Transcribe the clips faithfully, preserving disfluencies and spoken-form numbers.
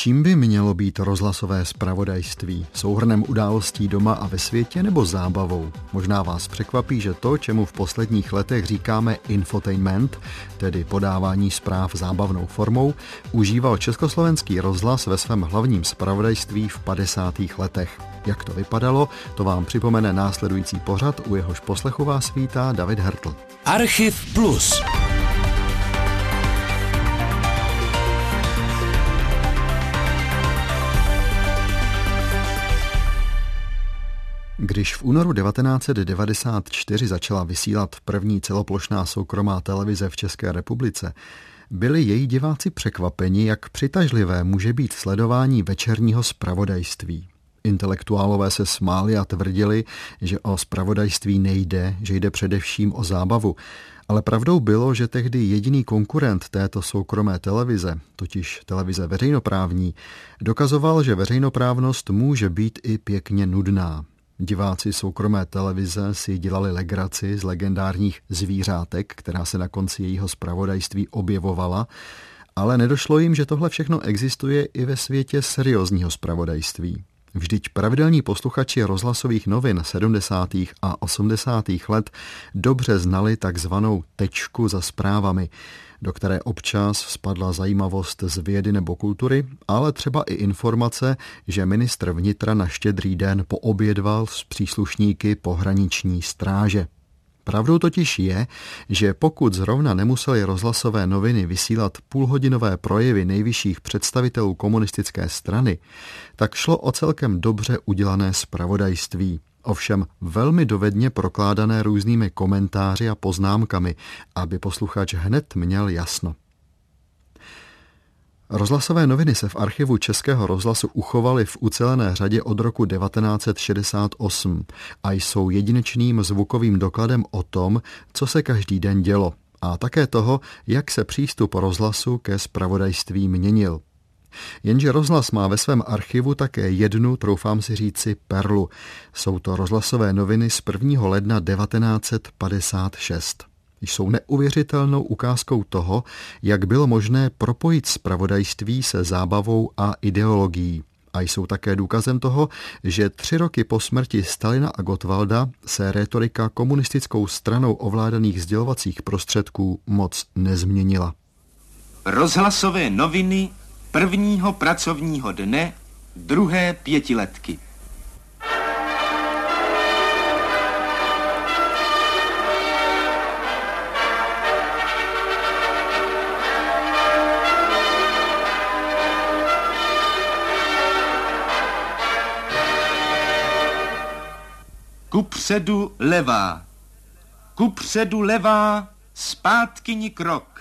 Čím by mělo být rozhlasové zpravodajství? Souhrnem událostí doma a ve světě nebo zábavou? Možná vás překvapí, že to, čemu v posledních letech říkáme infotainment, tedy podávání zpráv zábavnou formou, užíval Československý rozhlas ve svém hlavním zpravodajství v padesátých letech. Jak to vypadalo, to vám připomene následující pořad, u jehož poslechu vás vítá David Hertl. Archiv Plus. Když v únoru devatenáct set devadesát čtyři začala vysílat první celoplošná soukromá televize v České republice, byli její diváci překvapeni, jak přitažlivé může být sledování večerního zpravodajství. Intelektuálové se smáli a tvrdili, že o zpravodajství nejde, že jde především o zábavu. Ale pravdou bylo, že tehdy jediný konkurent této soukromé televize, totiž televize veřejnoprávní, dokazoval, že veřejnoprávnost může být i pěkně nudná. Diváci soukromé televize si dělali legraci z legendárních zvířátek, která se na konci jejího zpravodajství objevovala, ale nedošlo jim, že tohle všechno existuje i ve světě seriózního zpravodajství. Vždyť pravidelní posluchači rozhlasových novin sedmdesátých a osmdesátých let dobře znali takzvanou tečku za zprávami, do které občas spadla zajímavost z vědy nebo kultury, ale třeba i informace, že ministr vnitra na Štědrý den poobědval s příslušníky pohraniční stráže. Pravdou totiž je, že pokud zrovna nemuseli rozhlasové noviny vysílat půlhodinové projevy nejvyšších představitelů komunistické strany, tak šlo o celkem dobře udělané zpravodajství. Ovšem velmi dovedně prokládané různými komentáři a poznámkami, aby posluchač hned měl jasno. Rozhlasové noviny se v archivu Českého rozhlasu uchovaly v ucelené řadě od roku devatenáct set šedesát osm a jsou jedinečným zvukovým dokladem o tom, co se každý den dělo, a také toho, jak se přístup rozhlasu ke zpravodajství měnil. Jenže rozhlas má ve svém archivu také jednu, troufám si říci, perlu. Jsou to rozhlasové noviny z prvního ledna devatenáct set padesát šest. Jsou neuvěřitelnou ukázkou toho, jak bylo možné propojit zpravodajství se zábavou a ideologií. A jsou také důkazem toho, že tři roky po smrti Stalina a Gottwalda se rétorika komunistickou stranou ovládaných sdělovacích prostředků moc nezměnila. Rozhlasové noviny prvního pracovního dne druhé pětiletky. Kupředu levá, kupředu levá, zpátkyni krok.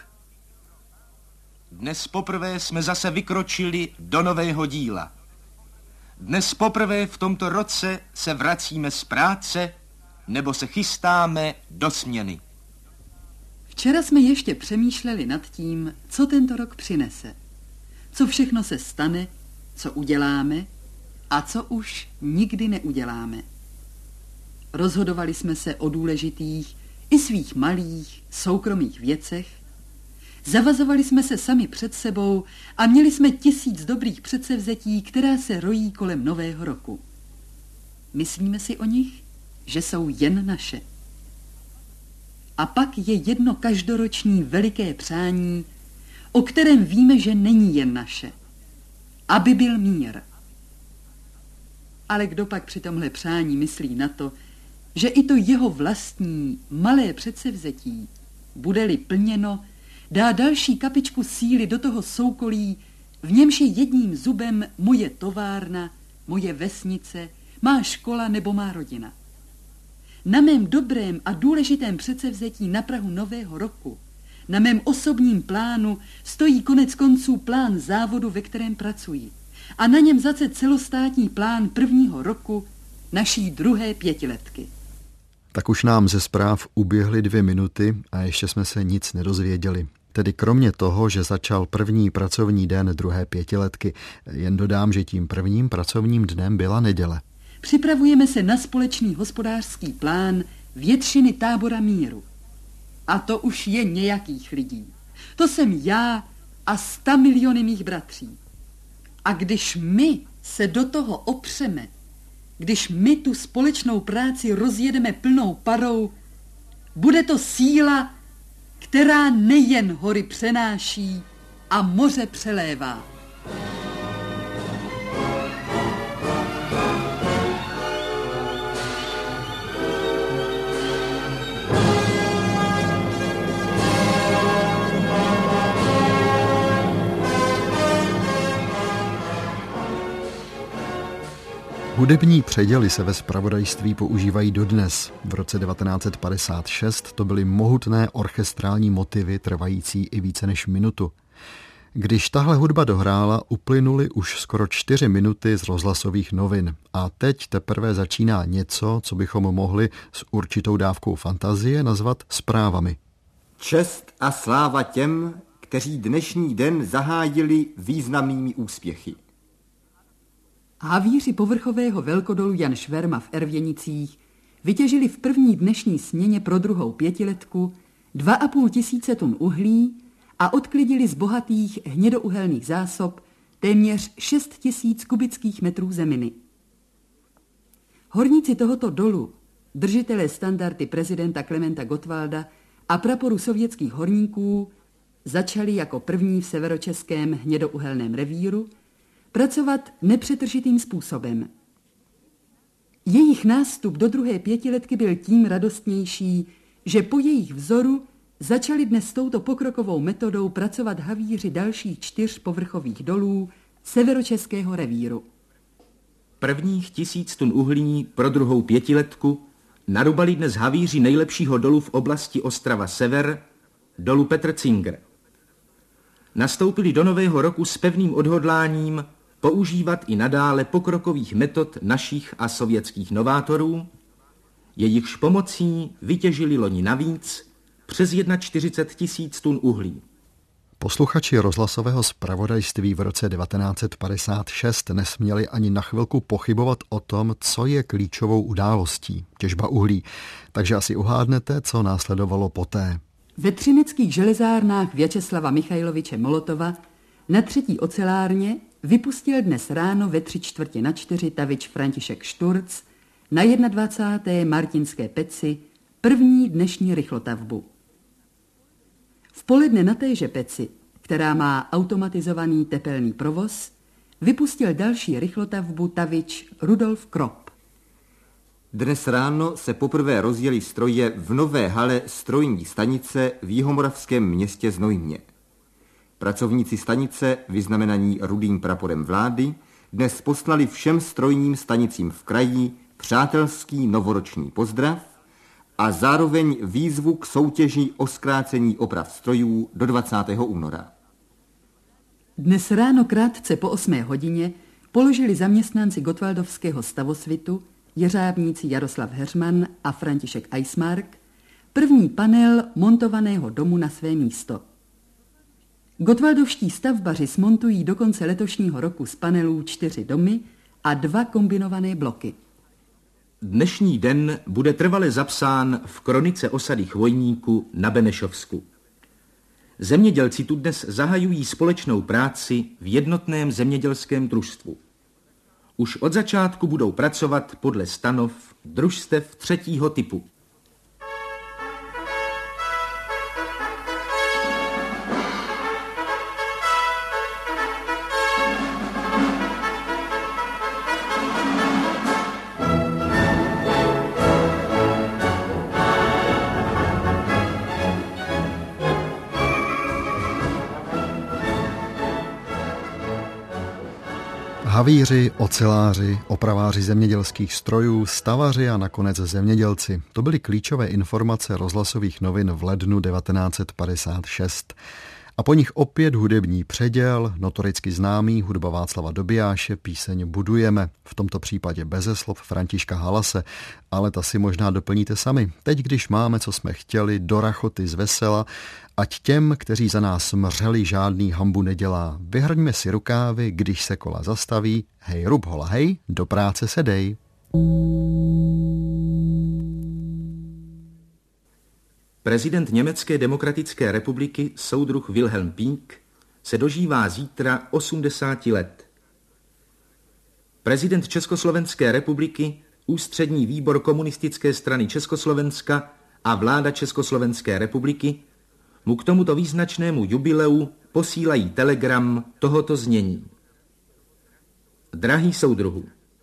Dnes poprvé jsme zase vykročili do nového díla. Dnes poprvé v tomto roce se vracíme z práce nebo se chystáme do směny. Včera jsme ještě přemýšleli nad tím, co tento rok přinese. Co všechno se stane, co uděláme a co už nikdy neuděláme. Rozhodovali jsme se o důležitých i svých malých, soukromých věcech. Zavazovali jsme se sami před sebou a měli jsme tisíc dobrých předsevzetí, která se rojí kolem nového roku. Myslíme si o nich, že jsou jen naše. A pak je jedno každoroční veliké přání, o kterém víme, že není jen naše. Aby byl mír. Ale kdo pak při tomhle přání myslí na to, že i to jeho vlastní malé předsevzetí, bude-li plněno, dá další kapičku síly do toho soukolí, v němž je jedním zubem moje továrna, moje vesnice, má škola nebo má rodina. Na mém dobrém a důležitém předsevzetí na prahu nového roku, na mém osobním plánu stojí konec konců plán závodu, ve kterém pracuji, a na něm zase celostátní plán prvního roku naší druhé pětiletky. Tak už nám ze zpráv uběhly dvě minuty a ještě jsme se nic nedozvěděli. Tedy kromě toho, že začal první pracovní den druhé pětiletky, jen dodám, že tím prvním pracovním dnem byla neděle. Připravujeme se na společný hospodářský plán většiny tábora míru. A to už je nějakých lidí. To jsem já a sta miliony mých bratří. A když my se do toho opřeme, když my tu společnou práci rozjedeme plnou parou, bude to síla, která nejen hory přenáší a moře přelévá. Hudební předěly se ve zpravodajství používají dodnes. V roce devatenáct padesát šest to byly mohutné orchestrální motivy trvající i více než minutu. Když tahle hudba dohrála, uplynuly už skoro čtyři minuty z rozhlasových novin. A teď teprve začíná něco, co bychom mohli s určitou dávkou fantazie nazvat zprávami. Čest a sláva těm, kteří dnešní den zahájili významnými úspěchy. Havíři povrchového velkodolu Jan Šverma v Ervěnicích vytěžili v první dnešní směně pro druhou pětiletku dva a půl tisíce tun uhlí a odklidili z bohatých hnědouhelných zásob téměř šest tisíc kubických metrů zeminy. Horníci tohoto dolu, držitelé standardy prezidenta Klementa Gottwalda a praporu sovětských horníků, začali jako první v severočeském hnědouhelném revíru pracovat nepřetržitým způsobem. Jejich nástup do druhé pětiletky byl tím radostnější, že po jejich vzoru začali dnes s touto pokrokovou metodou pracovat havíři dalších čtyř povrchových dolů severočeského revíru. Prvních tisíc tun uhlí pro druhou pětiletku narubali dnes havíři nejlepšího dolu v oblasti Ostrava Sever, dolu Petr Zinger. Nastoupili do nového roku s pevným odhodláním používat i nadále pokrokových metod našich a sovětských novátorů, jejichž pomocí vytěžili loni navíc přes čtyřicet jedna tisíc tun uhlí. Posluchači rozhlasového zpravodajství v roce devatenáct padesát šest nesměli ani na chvilku pochybovat o tom, co je klíčovou událostí, těžba uhlí, takže asi uhádnete, co následovalo poté. Ve třineckých železárnách Vjačeslava Michajloviče Molotova na třetí ocelárně vypustil dnes ráno ve tři čtvrtě na čtyři tavič František Šturc na dvacáté jedné Martinské peci první dnešní rychlotavbu. V poledne na téže peci, která má automatizovaný tepelný provoz, vypustil další rychlotavbu tavič Rudolf Krop. Dnes ráno se poprvé rozjeli stroje v nové hale strojní stanice v jihomoravském městě Znojmě. Pracovníci stanice, vyznamenaní rudým praporem vlády, dnes poslali všem strojním stanicím v kraji přátelský novoroční pozdrav a zároveň výzvu k soutěži o zkrácení oprav strojů do dvacátého února. Dnes ráno krátce po osmé hodině položili zaměstnanci Gottwaldovského stavosvitu, jeřábníci Jaroslav Heřman a František Eismark, první panel montovaného domu na své místo. Gottwaldovští stavbaři smontují do konce letošního roku z panelů čtyři domy a dva kombinované bloky. Dnešní den bude trvale zapsán v kronice osady Chvojníku na Benešovsku. Zemědělci tu dnes zahajují společnou práci v jednotném zemědělském družstvu. Už od začátku budou pracovat podle stanov družstev třetího typu. Havíři, oceláři, opraváři zemědělských strojů, stavaři a nakonec zemědělci. To byly klíčové informace rozhlasových novin v lednu devatenáct padesát šest. A po nich opět hudební předěl, notoricky známý hudba Václava Dobijáše, píseň Budujeme, v tomto případě beze slov Františka Halase, ale ta si možná doplníte sami. Teď, když máme, co jsme chtěli, do rachoty z vesela, ať těm, kteří za nás mřeli, žádný hanbu nedělá. Vyhrňme si rukávy, když se kola zastaví, hej rub hola hej, do práce se dej. Prezident Německé demokratické republiky soudruh Wilhelm Pieck se dožívá zítra osmdesáti let. prezident Československé republiky, Ústřední výbor Komunistické strany Československa a vláda Československé republiky mu k tomuto význačnému jubileu posílají telegram tohoto znění. Drahý soudruhu,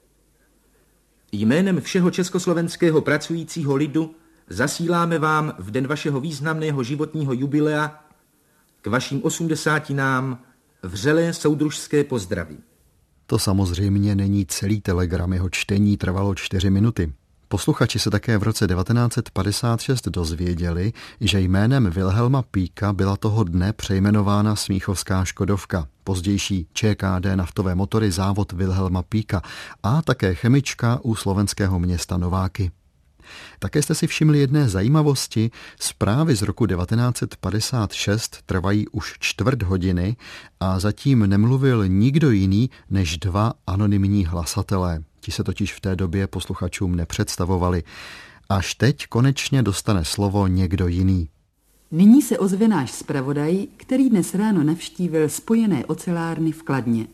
jménem všeho československého pracujícího lidu zasíláme vám v den vašeho významného životního jubilea k vašim osmdesátinám vřelé soudružské pozdravy. To samozřejmě není celý telegram, jeho čtení trvalo čtyři minuty. Posluchači se také v roce devatenáct set padesát šest dozvěděli, že jménem Wilhelma Píka byla toho dne přejmenována smíchovská Škodovka, pozdější ČKD naftové motory závod Wilhelma Píka a také chemička u slovenského města Nováky. Také jste si všimli jedné zajímavosti, zprávy z roku devatenáct set padesát šest trvají už čtvrt hodiny a zatím nemluvil nikdo jiný než dva anonymní hlasatelé. Ti se totiž v té době posluchačům nepředstavovali. Až teď konečně dostane slovo někdo jiný. Nyní se ozve náš zpravodaj, který dnes ráno navštívil spojené ocelárny v Kladně.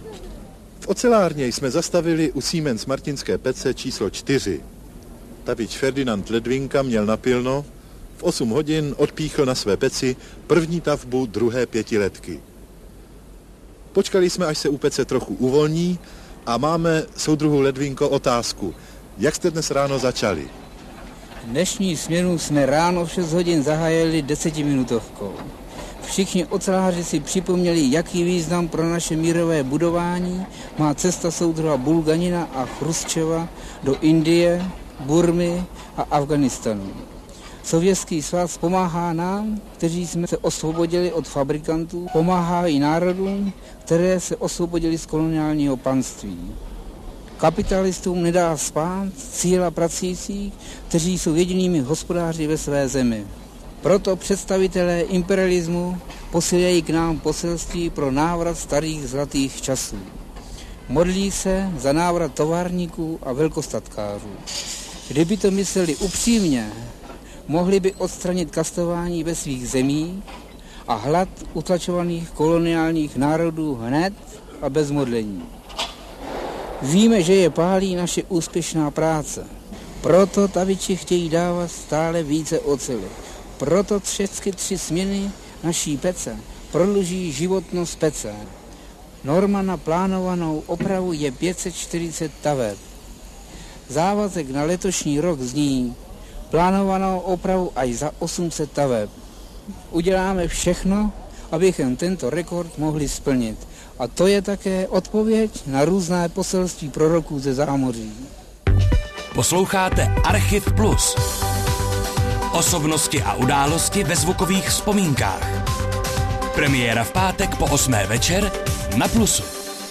V ocelárně jsme zastavili u Siemens Martinské pece číslo čtyři. Tavič Ferdinand Ledvinka měl napilno, v osm hodin odpíchl na své peci první tavbu druhé pětiletky. Počkali jsme, až se u pece trochu uvolní a máme, soudruhu Ledvinko, otázku. Jak jste dnes ráno začali? Dnešní směnu jsme ráno v šest hodin zahájili desetiminutovkou. Všichni oceláři si připomněli, jaký význam pro naše mírové budování má cesta soudruha Bulganina a Chruščova do Indie, Burmy a Afganistanu. Sovětský svaz pomáhá nám, kteří jsme se osvobodili od fabrikantů, pomáhá i národům, které se osvobodili z koloniálního panství. Kapitalistům nedá spát síla pracujících, kteří jsou jedinými hospodáři ve své zemi. Proto představitelé imperialismu posílají k nám poselství pro návrat starých zlatých časů. Modlí se za návrat továrníků a velkostatkářů. Kdyby to mysleli upřímně, mohli by odstranit kastování ve svých zemích a hlad utlačovaných koloniálních národů hned a bez modlení. Víme, že je pálí naše úspěšná práce. Proto taviči chtějí dávat stále více oceli. Proto všechny tři směny naší pece prodluží životnost pece. Norma na plánovanou opravu je pět set čtyřicet taveb. Závazek na letošní rok zní plánovanou opravu až za osm set taveb. Uděláme všechno, abychom tento rekord mohli splnit. A to je také odpověď na různé poselství proroků ze zámoří. Posloucháte Archiv Plus. Osobnosti a události ve zvukových vzpomínkách. Premiéra v pátek po osmé večer na Plusu.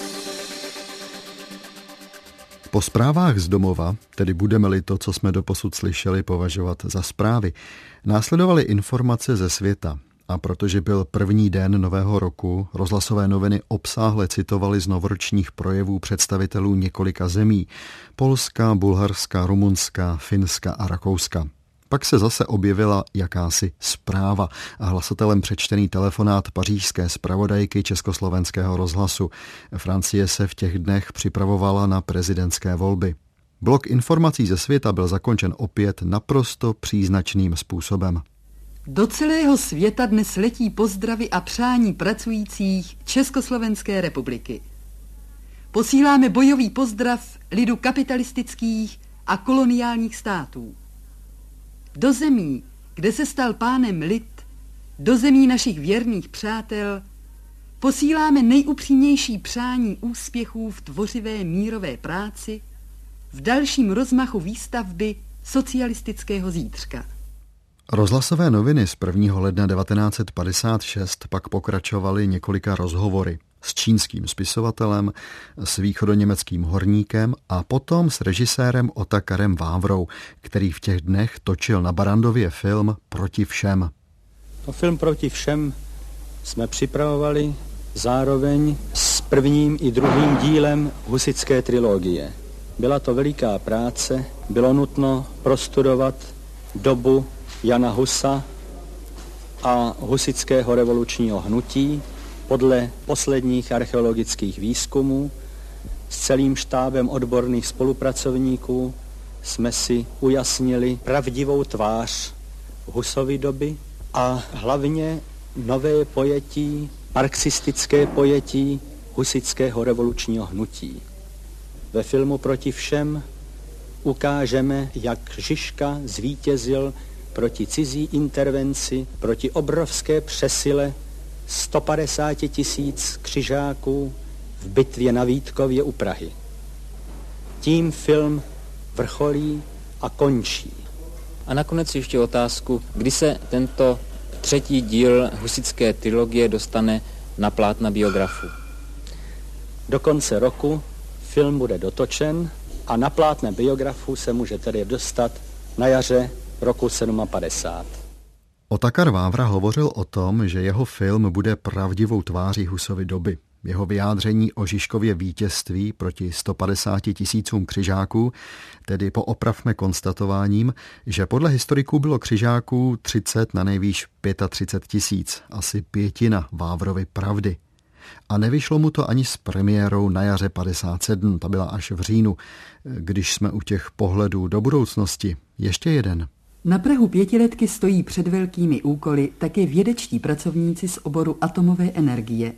Po zprávách z domova, tedy budeme-li to, co jsme doposud slyšeli, považovat za zprávy, následovaly informace ze světa. A protože byl první den nového roku, rozhlasové noviny obsáhle citovaly z novoročních projevů představitelů několika zemí: Polska, Bulharska, Rumunska, Finska a Rakouska. Pak se zase objevila jakási zpráva a hlasatelem přečtený telefonát pařížské zpravodajky Československého rozhlasu. Francie se v těch dnech připravovala na prezidentské volby. Blok informací ze světa byl zakončen opět naprosto příznačným způsobem. Do celého světa dnes letí pozdravy a přání pracujících Československé republiky. Posíláme bojový pozdrav lidu kapitalistických a koloniálních států. Do zemí, kde se stal pánem lid, do zemí našich věrných přátel, posíláme nejupřímnější přání úspěchů v tvořivé mírové práci, v dalším rozmachu výstavby socialistického zítřka. Rozhlasové noviny z prvního ledna devatenáct set padesát šest pak pokračovaly několika rozhovory s čínským spisovatelem, s východoněmeckým horníkem a potom s režisérem Otakarem Vávrou, který v těch dnech točil na Barrandově film Proti všem. To film Proti všem jsme připravovali zároveň s prvním i druhým dílem husitské trilogie. Byla to veliká práce, bylo nutno prostudovat dobu Jana Husa a husitského revolučního hnutí podle posledních archeologických výzkumů s celým štábem odborných spolupracovníků jsme si ujasnili pravdivou tvář Husovy doby a hlavně nové pojetí, marxistické pojetí husitského revolučního hnutí. Ve filmu Proti všem ukážeme, jak Žižka zvítězil proti cizí intervenci, proti obrovské přesile sto padesát tisíc křižáků v bitvě na Vítkově u Prahy. Tím film vrcholí a končí. A nakonec ještě otázku, kdy se tento třetí díl husitské trilogie dostane na plátna biografů. Do konce roku film bude dotočen a na plátne biografů se může tedy dostat na jaře roku padesát sedm. Otakar Vávra hovořil o tom, že jeho film bude pravdivou tváří Husovy doby. Jeho vyjádření o Žižkově vítězství proti sto padesáti tisícům křižáků, tedy poopravme konstatováním, že podle historiků bylo křižáků třicet na nejvýš třicet pět tisíc, asi pětina Vávrovy pravdy. A nevyšlo mu to ani s premiérou na jaře padesát sedm, ta byla až v říjnu. Když jsme u těch pohledů do budoucnosti, ještě jeden. Na prahu pětiletky stojí před velkými úkoly také vědečtí pracovníci z oboru atomové energie.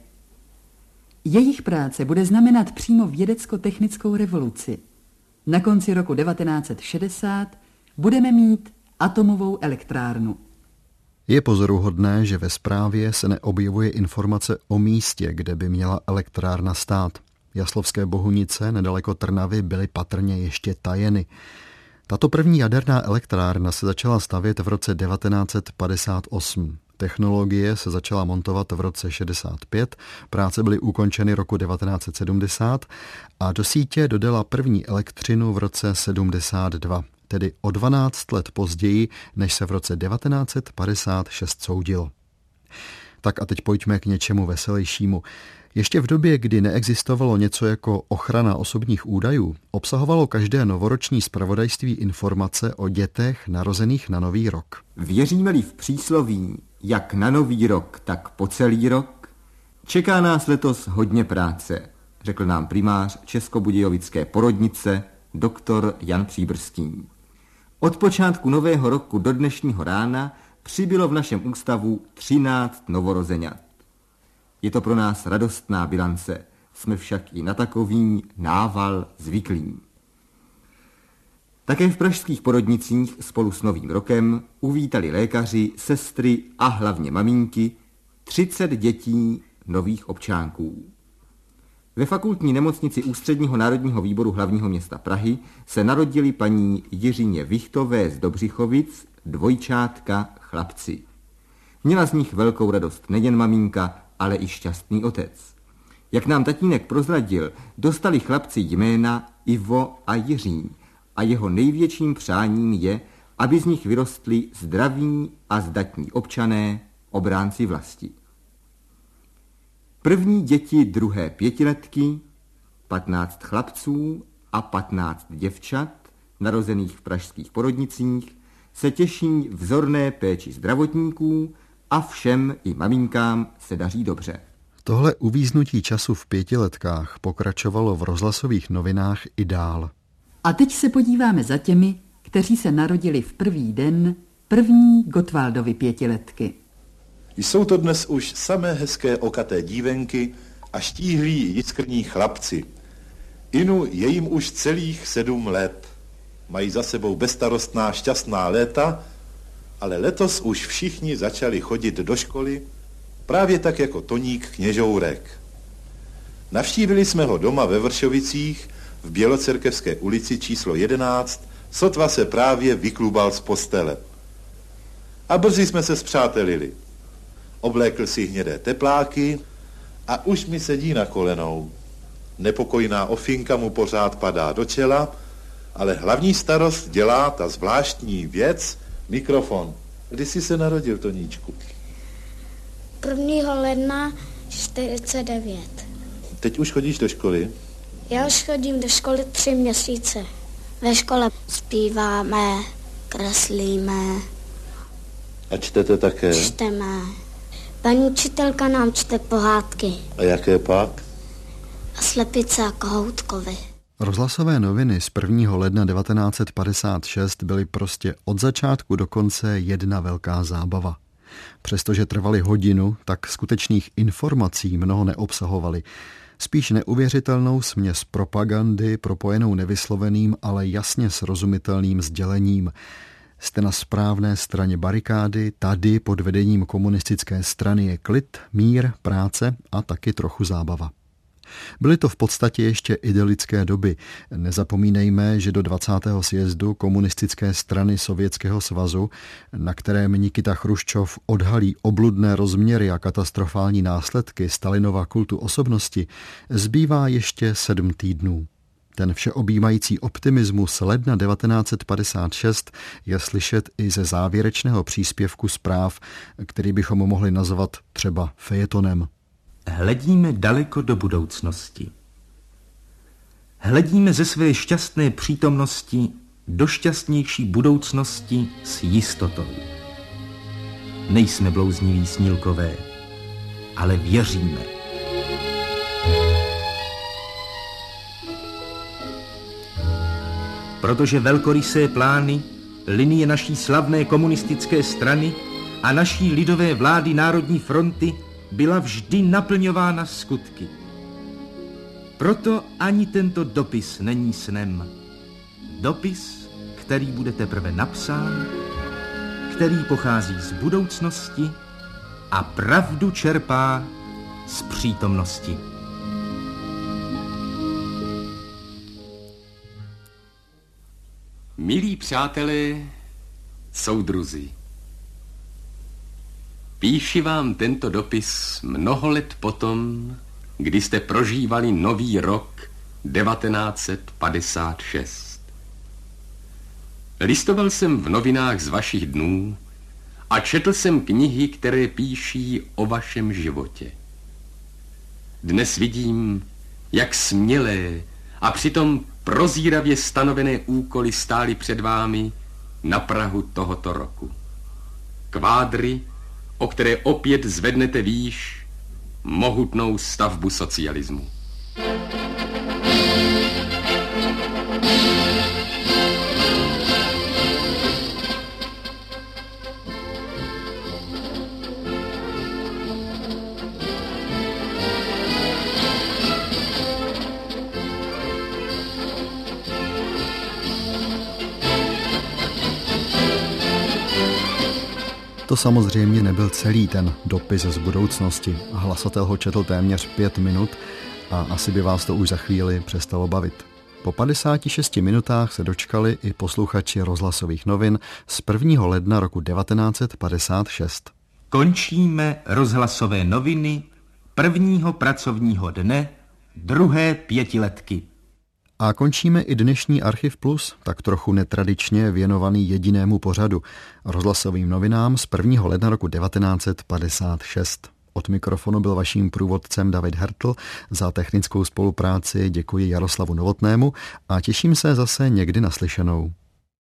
Jejich práce bude znamenat přímo vědecko-technickou revoluci. Na konci roku devatenáct set šedesát budeme mít atomovou elektrárnu. Je pozoruhodné, že ve zprávě se neobjevuje informace o místě, kde by měla elektrárna stát. Jaslovské Bohunice nedaleko Trnavy byly patrně ještě tajeny. Tato první jaderná elektrárna se začala stavět v roce devatenáct set padesát osm. Technologie se začala montovat v roce šedesát pět, práce byly ukončeny roku devatenáct set sedmdesát a do sítě dodala první elektřinu v roce sedmdesát dva, tedy o dvanáct let později, než se v roce devatenáct set padesát šest soudilo. Tak a teď pojďme k něčemu veselějšímu. Ještě v době, kdy neexistovalo něco jako ochrana osobních údajů, obsahovalo každé novoroční zpravodajství informace o dětech narozených na Nový rok. Věříme-li v přísloví, jak na Nový rok, tak po celý rok, čeká nás letos hodně práce, řekl nám primář Českobudějovické porodnice doktor Jan Příbrský. Od počátku nového roku do dnešního rána přibylo v našem ústavu třináct novorozeňat. Je to pro nás radostná bilance, jsme však i na takový nával zvyklí. Také v pražských porodnicích spolu s Novým rokem uvítali lékaři, sestry a hlavně maminky třicet dětí nových občánků. Ve fakultní nemocnici Ústředního národního výboru hlavního města Prahy se narodili paní Jiřině Vichtové z Dobřichovic dvojčátka chlapci. Měla z nich velkou radost nejen maminka, ale i šťastný otec. Jak nám tatínek prozradil, dostali chlapci jména Ivo a Jiří a jeho největším přáním je, aby z nich vyrostli zdraví a zdatní občané, obránci vlasti. První děti druhé pětiletky, patnáct chlapců a patnáct děvčat, narozených v pražských porodnicích, se těší vzorné péči zdravotníků a všem i maminkám se daří dobře. Tohle uvíznutí času v pětiletkách pokračovalo v rozhlasových novinách i dál. A teď se podíváme za těmi, kteří se narodili v první den první Gottwaldovy pětiletky. Jsou to dnes už samé hezké okaté dívenky a štíhlí jiskrní chlapci. Inu je jim už celých sedm let. Mají za sebou bezstarostná šťastná léta, ale letos už všichni začali chodit do školy, právě tak jako Toník Kněžourek. Navštívili jsme ho doma ve Vršovicích v Bělocerkevské ulici číslo jedenáct, sotva se právě vyklubal z postele. A brzy jsme se spřátelili. Oblékl si hnědé tepláky a už mi sedí na kolenou. Nepokojná ofinka mu pořád padá do čela, ale hlavní starost dělá ta zvláštní věc, mikrofon. Kdy jsi se narodil, Toníčku? prvního ledna čtyřicet devět. Teď už chodíš do školy? Já už chodím do školy tři měsíce. Ve škole zpíváme, kreslíme. A čtete také? Čteme. Paní učitelka nám čte pohádky. A jaké pak? a slepice a kohoutkovi. Rozhlasové noviny z prvního ledna devatenáct set padesát šest byly prostě od začátku do konce jedna velká zábava. Přestože trvaly hodinu, tak skutečných informací mnoho neobsahovaly. Spíš neuvěřitelnou směs propagandy, propojenou nevysloveným, ale jasně srozumitelným sdělením. Jste na správné straně barikády, tady pod vedením komunistické strany je klid, mír, práce a taky trochu zábava. Byly to v podstatě ještě idylické doby. Nezapomínejme, že do dvacátého sjezdu komunistické strany Sovětského svazu, na kterém Nikita Chruščov odhalí obludné rozměry a katastrofální následky Stalinova kultu osobnosti, zbývá ještě sedm týdnů. Ten všeobjímající optimismus ledna devatenáct set padesát šest je slyšet i ze závěrečného příspěvku zpráv, který bychom mohli nazvat třeba fejetonem. Hledíme daleko do budoucnosti. Hledíme ze své šťastné přítomnosti do šťastnější budoucnosti s jistotou. Nejsme blouzniví snílkové, ale věříme. Protože velkorysé plány, linie naší slavné komunistické strany a naší lidové vlády Národní fronty byla vždy naplňována skutky. Proto ani tento dopis není snem. Dopis, který bude teprve napsán, který pochází z budoucnosti a pravdu čerpá z přítomnosti. Milí přátelé, soudruzi, píši vám tento dopis mnoho let potom, kdy jste prožívali nový rok devatenáct set padesát šest. Listoval jsem v novinách z vašich dnů a četl jsem knihy, které píší o vašem životě. Dnes vidím, jak smělé a přitom prozíravě stanovené úkoly stály před vámi na prahu tohoto roku. Kvádry, o které opět zvednete výš mohutnou stavbu socialismu. To samozřejmě nebyl celý ten dopis z budoucnosti. Hlasatel ho četl téměř pět minut a asi by vás to už za chvíli přestalo bavit. Po padesáti šesti minutách se dočkali i posluchači rozhlasových novin z prvního ledna roku devatenáct set padesát šest. Končíme rozhlasové noviny prvního pracovního dne druhé pětiletky. A končíme i dnešní Archiv Plus, tak trochu netradičně věnovaný jedinému pořadu, rozhlasovým novinám z prvního ledna roku devatenáct set padesát šest. Od mikrofonu byl vaším průvodcem David Hertl, za technickou spolupráci děkuji Jaroslavu Novotnému a těším se zase někdy naslyšenou.